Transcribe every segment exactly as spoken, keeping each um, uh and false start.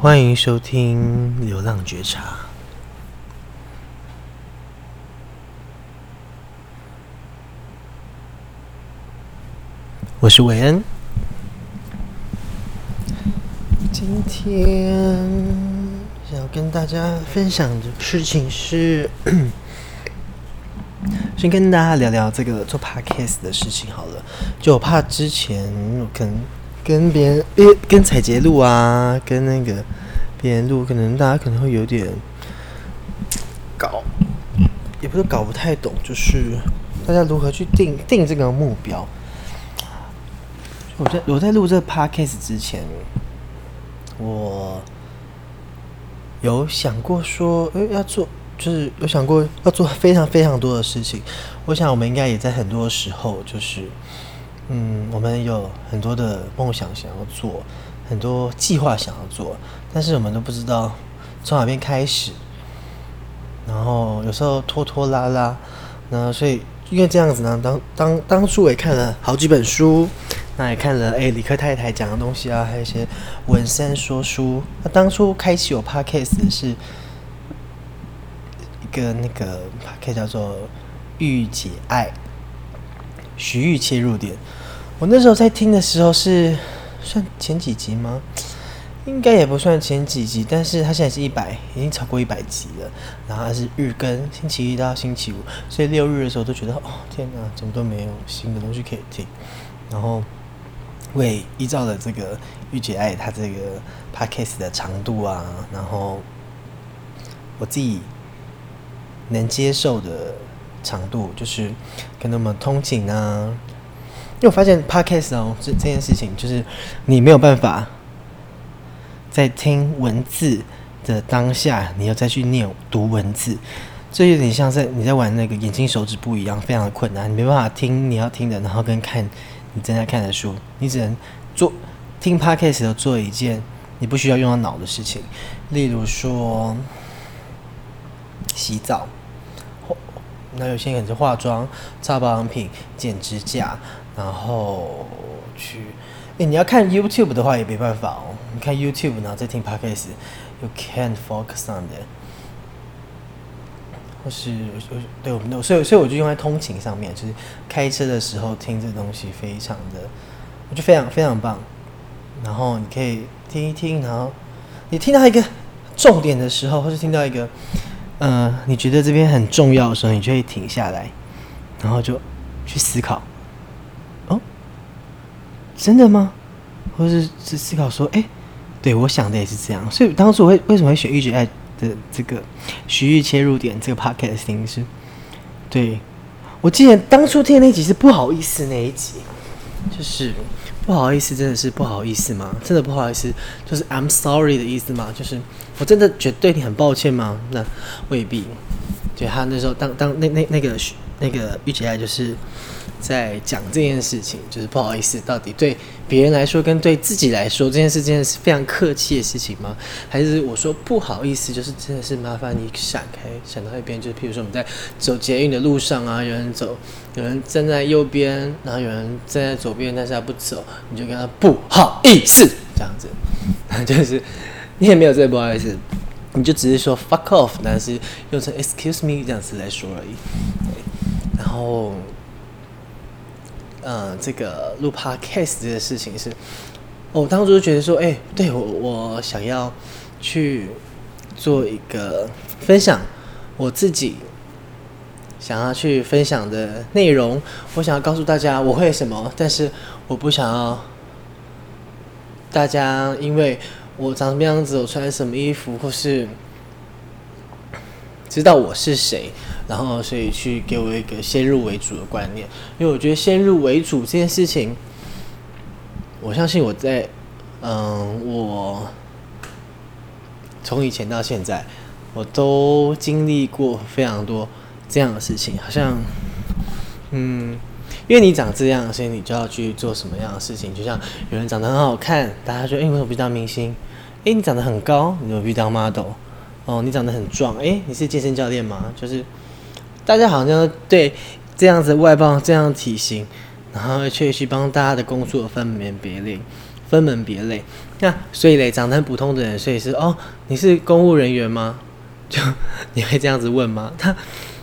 欢迎收听《流浪觉察》，我是韦恩。今天想要跟大家分享的事情是，先跟大家聊聊这个做 podcast 的事情好了。就我怕之前我可能跟别人、欸、跟彩杰录啊，跟那个别人录，可能大家可能会有点搞，也不是搞不太懂，就是大家如何去定定这个目标。我在我在录这个 podcast 之前，我有想过说，欸、要做，就是有想过要做非常非常多的事情。我想我们应该也在很多时候，就是嗯，我们有很多的梦想想要做，很多计划想要做，但是我们都不知道从哪边开始，然后有时候拖拖拉拉，那所以因为这样子呢，当当当初我也看了好几本书，那也看了哎理科太太讲的东西啊，还有一些文山说书。那当初开启我 podcast 的是一个那个 podcast 叫做御姐爱，徐玉切入点。我那时候在听的时候是算前几集吗？应该也不算前几集，但是它现在是一百，已经超过一百集了。然后它是日更，星期一到星期五，所以六日的时候都觉得哦天哪，怎么都没有新的东西可以听。然后我也依照了这个御姐爱它这个 podcast 的长度啊，然后我自己能接受的长度，就是跟他们通勤啊。因为我发现 podcast 哦，这这件事情就是你没有办法在听文字的当下，你要再去念读文字，这有点像在你在玩那个眼睛手指布一样，非常的困难。你没办法听你要听的，然后跟看你正在看的书，你只能做听 podcast 的做一件你不需要用到脑的事情，例如说洗澡。那有些人可能是化妆、擦保养品、剪指甲，然后去，欸，你要看 YouTube 的话也没办法哦。你看 YouTube 然后再听 Podcast，you can't focus on that。或是对我们，所以所以我就用在通勤上面，就是开车的时候听这东西，非常的，我觉得非常非常棒。然后你可以听一听，然后你听到一个重点的时候，或是听到一个。呃，你觉得这边很重要的时候，你就会停下来，然后就去思考，哦，真的吗？或是是思考说，哎，欸，对我想的也是这样。所以当初我会为什么会选御姐爱的这个徐玉切入点这个 podcast 听是，对我记得当初听的那集是不好意思那一集，就是不好意思，真的是不好意思吗？真的不好意思，就是 I'm sorry 的意思吗？就是我真的觉得对你很抱歉吗？那未必。对，他那时候当当那那那个那个御姐爱就是在讲这件事情，就是不好意思，到底对别人来说跟对自己来说，这件事真的是非常客气的事情吗？还是我说不好意思，就是真的是麻烦你闪开，闪到一边？就是譬如说我们在走捷运的路上啊，有人走，有人站在右边，然后有人站在左边，但是他不走，你就跟他不好意思，这样子，就是你也没有这个不好意思。你就只是说 fuck off， 但是用成 excuse me 这样子来说而已。然后，呃，这个录 podcast 这个事情是，哦，我当初就觉得说，哎，欸，对我我想要去做一个分享我自己想要去分享的内容，我想要告诉大家我会什么，但是我不想要大家因为我长什么样子，我穿什么衣服，或是知道我是谁，然后所以去给我一个先入为主的观念。因为我觉得先入为主这件事情，我相信我在，嗯，我从以前到现在，我都经历过非常多这样的事情。好像，嗯，因为你长这样，所以你就要去做什么样的事情。就像有人长得很好看，大家说，哎，欸，为什么不当明星？哎，欸，你长得很高，你怎么不当 model？ 哦，你长得很壮，哎，欸，你是健身教练吗？就是大家好像对这样子外貌、这样的体型，然后却去帮大家的工作分门别类，分分门别类。那所以嘞，长得很普通的人，所以是哦，你是公务人员吗？就你会这样子问吗？他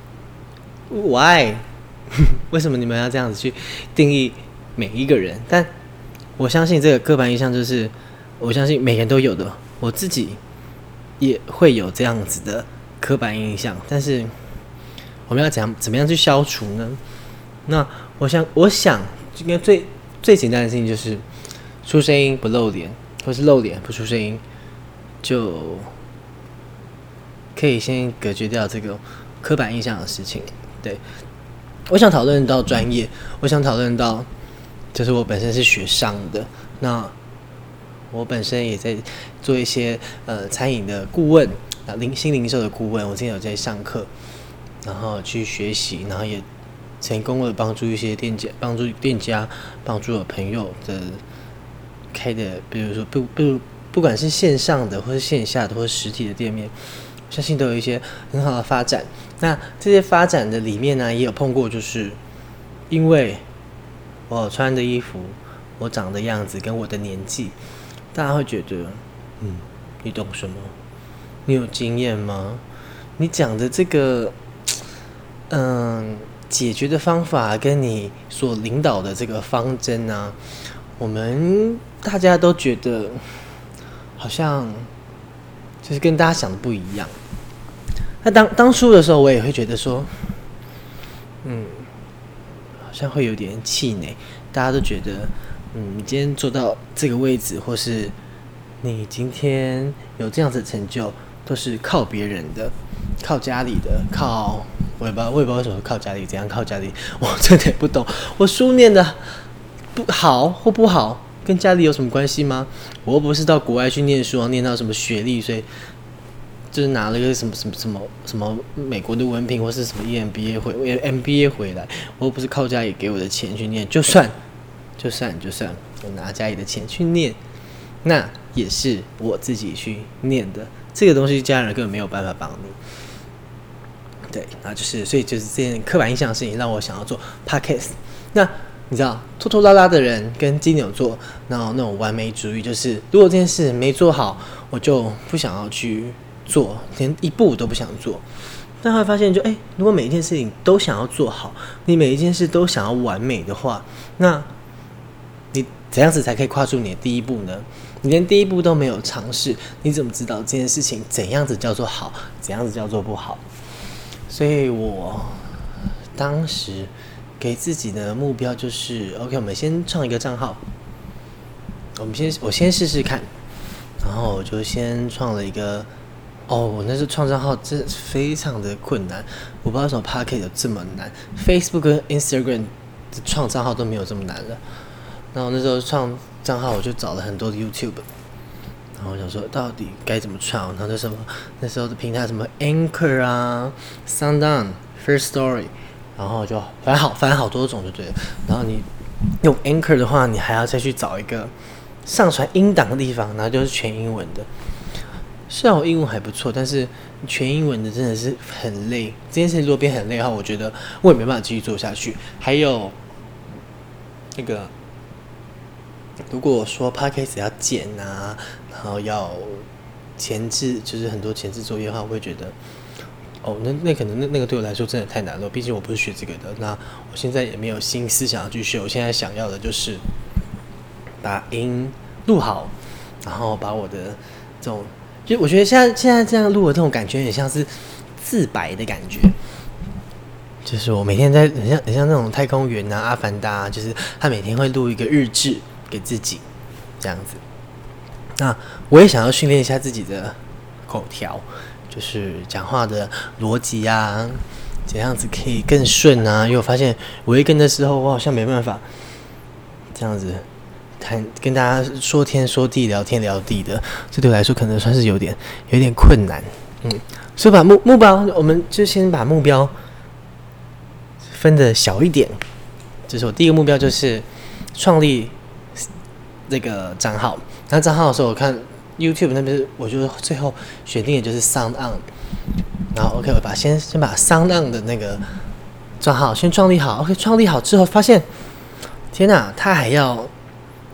why 为什么你们要这样子去定义每一个人？但我相信这个刻板印象就是，我相信每个人都有的，我自己也会有这样子的刻板印象，但是我们要怎样怎么样去消除呢？那我想，我想应该最最简单的事情就是出声音不露脸，或是露脸不出声音，就可以先隔绝掉这个刻板印象的事情。对，我想讨论到专业，我想讨论到，就是我本身是学商的，那我本身也在做一些呃餐饮的顾问，啊零新零售的顾问，我之前有在上课，然后去学习，然后也成功的帮助一些店家，帮助店家，帮助我朋友的开的，比如说不不不管是线上的，或是线下的，或是实体的店面，相信都有一些很好的发展。那这些发展的里面呢，也有碰过，就是因为我穿的衣服，我长的样子跟我的年纪，大家会觉得，嗯，你懂什么？你有经验吗？你讲的这个，嗯，解决的方法跟你所领导的这个方针啊，我们大家都觉得好像就是跟大家想的不一样。那当当初的时候，我也会觉得说，嗯，好像会有点气馁。大家都觉得，嗯，你今天做到这个位置，或是你今天有这样子的成就，都是靠别人的，靠家里的，靠我也不知道，我也不知道为什么靠家里，怎样靠家里，我真的也不懂。我书念的不好或不好，跟家里有什么关系吗？我又不是到国外去念书，念到什么学历，所以就是拿了一个什么什么什么什么美国的文凭，或是什么 E M B A 回 M B A 回来，我又不是靠家里给我的钱去念，就算就算就算我拿家里的钱去念，那也是我自己去念的，这个东西家人根本没有办法帮你。对，然后就是所以就是这件刻板印象的事情让我想要做 podcast。那你知道拖拖拉拉的人跟金牛座，然后那种完美主义，就是如果这件事没做好，我就不想要去做，连一步都不想做。但后来发现就，就哎，如果每一件事情都想要做好，你每一件事都想要完美的话，那你怎样子才可以跨出你的第一步呢？你连第一步都没有尝试，你怎么知道这件事情怎样子叫做好，怎样子叫做不好？所以我当时给自己的目标就是 ，OK， 我们先创一个账号，我们先我先试试看，然后我就先创了一个。哦，我那时候创账号真的非常的困难，我不知道为什么 Podcast 有这么难 ，Facebook 跟 Instagram 的创账号都没有这么难了。然后那时候创账号，我就找了很多的 YouTube， 然后我想说到底该怎么创，然后那什么那时候的平台什么 Anchor 啊、SoundOn、First Story， 然后就反正好反正好多种就对了。然后你用 Anchor 的话，你还要再去找一个上传音档的地方，然后就是全英文的。虽然我英文还不错，但是全英文的真的是很累。这件事情如果变很累的话，我觉得我也没办法继续做下去。还有那个，如果说 podcast 要剪啊，然后要前置，就是很多前置作业的话，我会觉得，哦，那那可能那那个对我来说真的太难了。毕竟我不是学这个的，那我现在也没有心思想要去学。我现在想要的就是把音录好，然后把我的这种。就我觉得现在现在这样录的这种感觉，很像是自白的感觉。就是我每天在很像很像那种太空员啊、阿凡达啊，就是他每天会录一个日志给自己，这样子。那我也想要训练一下自己的口条，就是讲话的逻辑啊，怎样子可以更顺啊？因为我发现我一跟的时候，我好像没办法这样子。谈跟大家说天说地聊天聊地的，这对我来说可能算是有点有点困难，嗯，所以把目目标，我们就先把目标分得小一点。就是我第一个目标就是创立这个账号，然后账号的时候我看 YouTube 那边，我就最后选定的就是 SoundOn， 然后 OK， 我把先先把 SoundOn 的那个账号先创立好 ，OK， 创立好之后发现，天哪，他还要。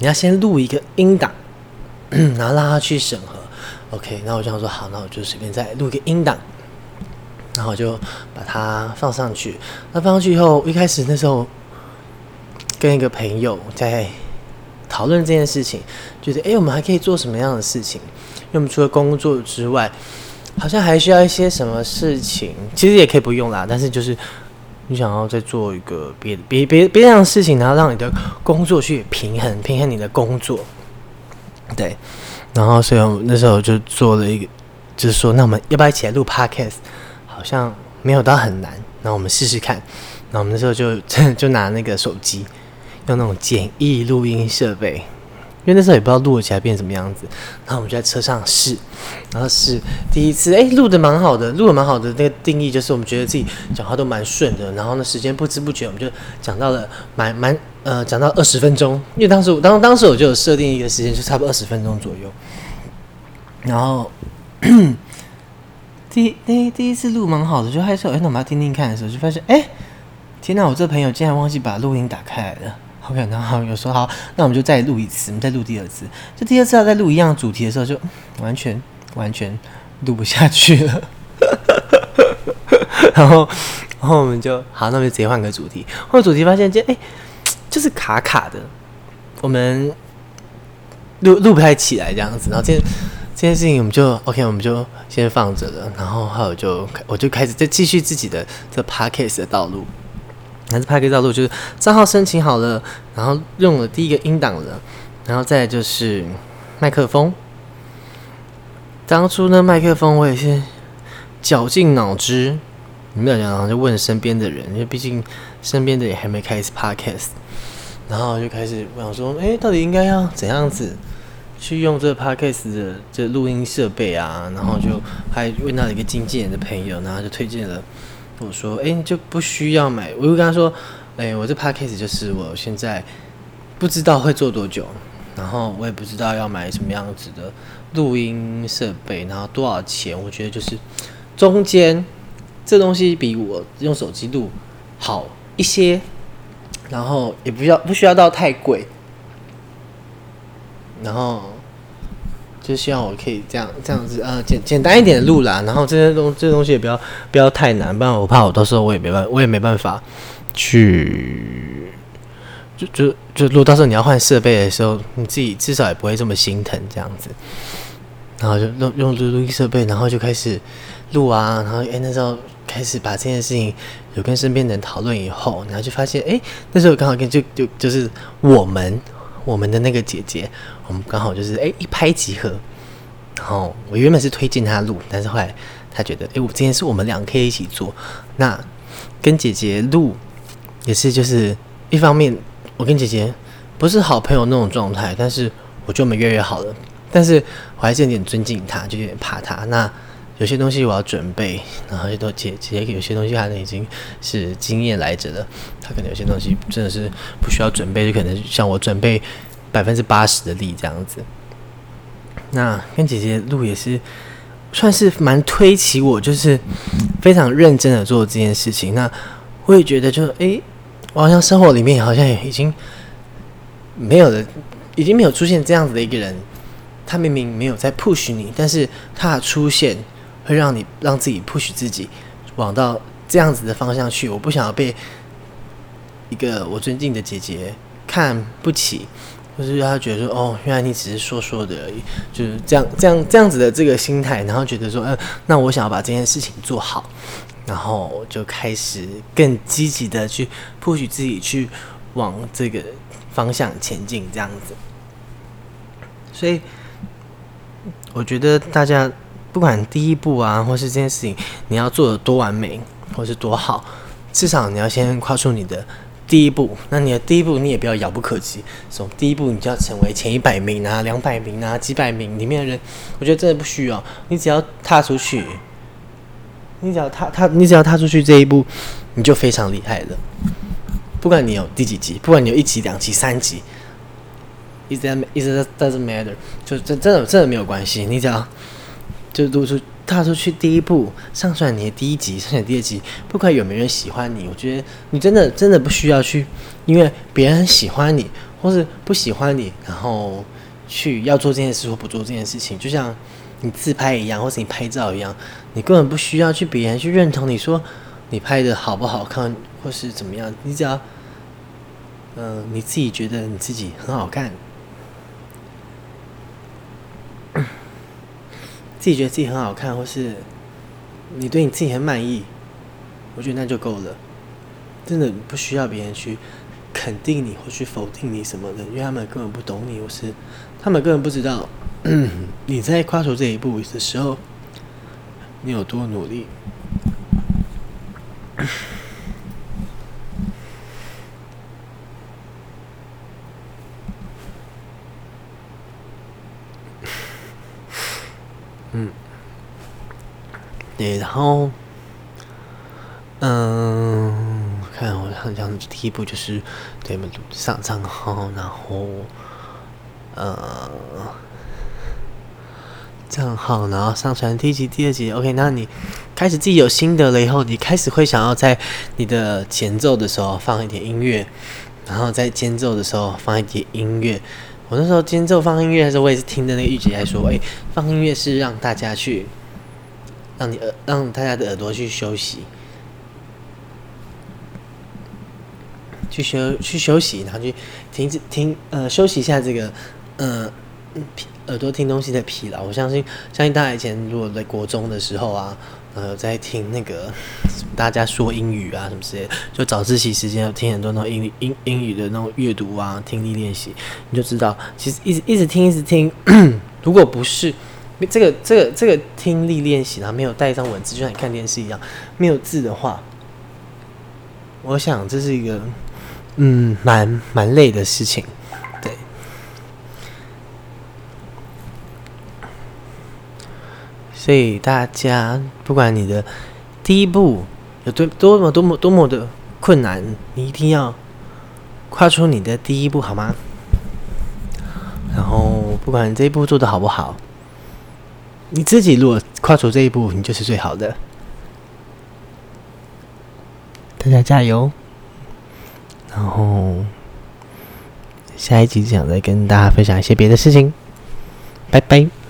你要先录一个音档，然后让他去审核。OK， 那我就想说好，那我就随便再录一个音档，然后我就把它放上去。那放上去以后，一开始那时候跟一个朋友在讨论这件事情，觉得哎，我们还可以做什么样的事情？因为我们除了工作之外，好像还需要一些什么事情，其实也可以不用啦。但是就是你想要再做一个别别别别样的事情，然后让你的工作去平衡平衡你的工作，对。然后所以我那时候就做了一个，就是说，那我们要不要一起来录 podcast？ 好像没有到很难，然后我们试试看。然后我们那时候就就拿那个手机，用那种简易录音设备，因为那时候也不知道录起来变什么样子。然后我们就在车上试，然后试第一次，哎，录的蛮好的，录的蛮好的。那个定义就是我们觉得自己讲话都蛮顺的，然后呢，时间不知不觉我们就讲到了蛮蛮呃，讲到二十分钟。因为当时当当时我就有设定一个时间，就差不多二十分钟左右。然后第第第一次录蛮好的，就还说，哎，那我们要听听看的时候，就发现，哎，天哪！我这朋友竟然忘记把录音打开来了。OK， 然后有说好，那我们就再录一次，我们再录第二次。就第二次要再录一样的主题的时候，就完全完全录不下去了。然后，然后我们就好，那我们就直接换个主题。换个主题发现，哎，就是卡卡的，我们录录不太起来这样子。然后这这件事情我们就 OK， 我们就先放着了。然后还有就我就开始再继续自己的这 podcast 的道路。还是 podcast 道路就是账号申请好了，然后用了第一个音档了，然后再来就是麦克风。当初呢，麦克风我也是绞尽脑汁，没有讲，就问身边的人，因为毕竟身边的也还没开始 podcast， 然后就开始我想说，哎，到底应该要怎样子去用这个 podcast 的这录音设备啊？然后就还问到一个经纪人的朋友，然后就推荐了。我说，哎，就不需要买。我就跟他说，哎，我这 podcast 就是我现在不知道会做多久，然后我也不知道要买什么样子的录音设备，然后多少钱。我觉得就是中间这东西比我用手机录好一些，然后也不需要不需要到太贵，然后就希望我可以这样这样子呃简简单一点的录啦，然后这些东这些东西也不要不要太难，不然我怕我到时候我也没办我也没办法去就就就如果到时候你要换设备的时候，你自己至少也不会这么心疼这样子。然后就用用录音设备，然后就开始录啊，然后哎那时候开始把这件事情有跟身边的人讨论以后，然后就发现哎那时候刚好跟就就就是我们。我们的那个姐姐，我们刚好就是哎一拍即合，然后我原本是推荐她录，但是后来她觉得哎我今天是我们两个可以一起做，那跟姐姐录也是就是一方面我跟姐姐不是好朋友那种状态，但是我觉得我们越来越好了，但是我还是有点尊敬她，就有点怕她。那有些东西我要准备，然后都姐姐有些东西可能已经是经验来着了，她可能有些东西真的是不需要准备，就可能像我准备百分之八十的力这样子。那跟姐姐录也是算是蛮推起我，就是非常认真的做这件事情。那我也觉得就，就哎，我好像生活里面好像已经没有了，已经没有出现这样子的一个人。他明明没有在 push 你，但是他的出现会让你让自己 push 自己往到这样子的方向去。我不想要被一个我尊敬的姐姐看不起，或是他觉得说哦，原来你只是说说的而已，就是这样这样这样子的这个心态，然后觉得说，呃，那我想要把这件事情做好，然后就开始更积极的去 push 自己去往这个方向前进，这样子。所以我觉得大家不管第一步啊，或是这件事情你要做的多完美，或是多好，至少你要先跨出你的第一步。那你的第一步你也不要遥不可及，从第一步你就要成为前一百名啊、两百名啊、几百名里面的人，我觉得真的不需要。你只要踏出去，你只要踏踏，你只要踏出去这一步，你就非常厉害了。不管你有第几集，不管你有一集、两集、三集。It doesn't matter， 就真真的真的没有关系，你只要就录出踏出去第一步，上传你的第一集，上传第二集，不管有没有人喜欢你，我觉得你真的真的不需要去，因为别人喜欢你或是不喜欢你，然后去要做这件事或不做这件事情，就像你自拍一样，或是你拍照一样，你根本不需要去别人去认同你说你拍的好不好看，或是怎么样，你只要，嗯、呃，你自己觉得你自己很好看。自己觉得自己很好看，或是你对你自己很满意，我觉得那就够了。真的不需要别人去肯定你或去否定你什么的，因为他们根本不懂你，或是他们根本不知道你在跨出这一步的时候你有多努力。嗯，对，然后，嗯，看我好像第一步就是对们上账号，然后，呃，账号，然后上传第一集、第二集 ，OK， 那你开始自己有心得了以后，你开始会想要在你的前奏的时候放一点音乐，然后在间奏的时候放一点音乐。我那时候间奏放音乐的时候，我也是听着那个玉姐来说，哎、欸，放音乐是让大家去，让你耳让大家的耳朵去休息，去休去休息，然后去停止听呃休息一下这个呃耳朵听东西的疲劳。我相信相信大家以前如果在国中的时候啊，呃在听那个大家说英语啊什么之类的，就早自习时间有听很多那种英英英语的那种阅读啊听力练习，你就知道其实一直一直听一直听，如果不是这个这个这个听力练习，然后没有带一张文字，就像你看电视一样，没有字的话，我想这是一个嗯蛮蛮累的事情，对。所以大家不管你的第一步有多多么多么多么的困难，你一定要跨出你的第一步，好吗？然后不管这一步做得好不好，你自己如果跨出这一步，你就是最好的。大家加油！然后下一集想再跟大家分享一些别的事情，拜拜。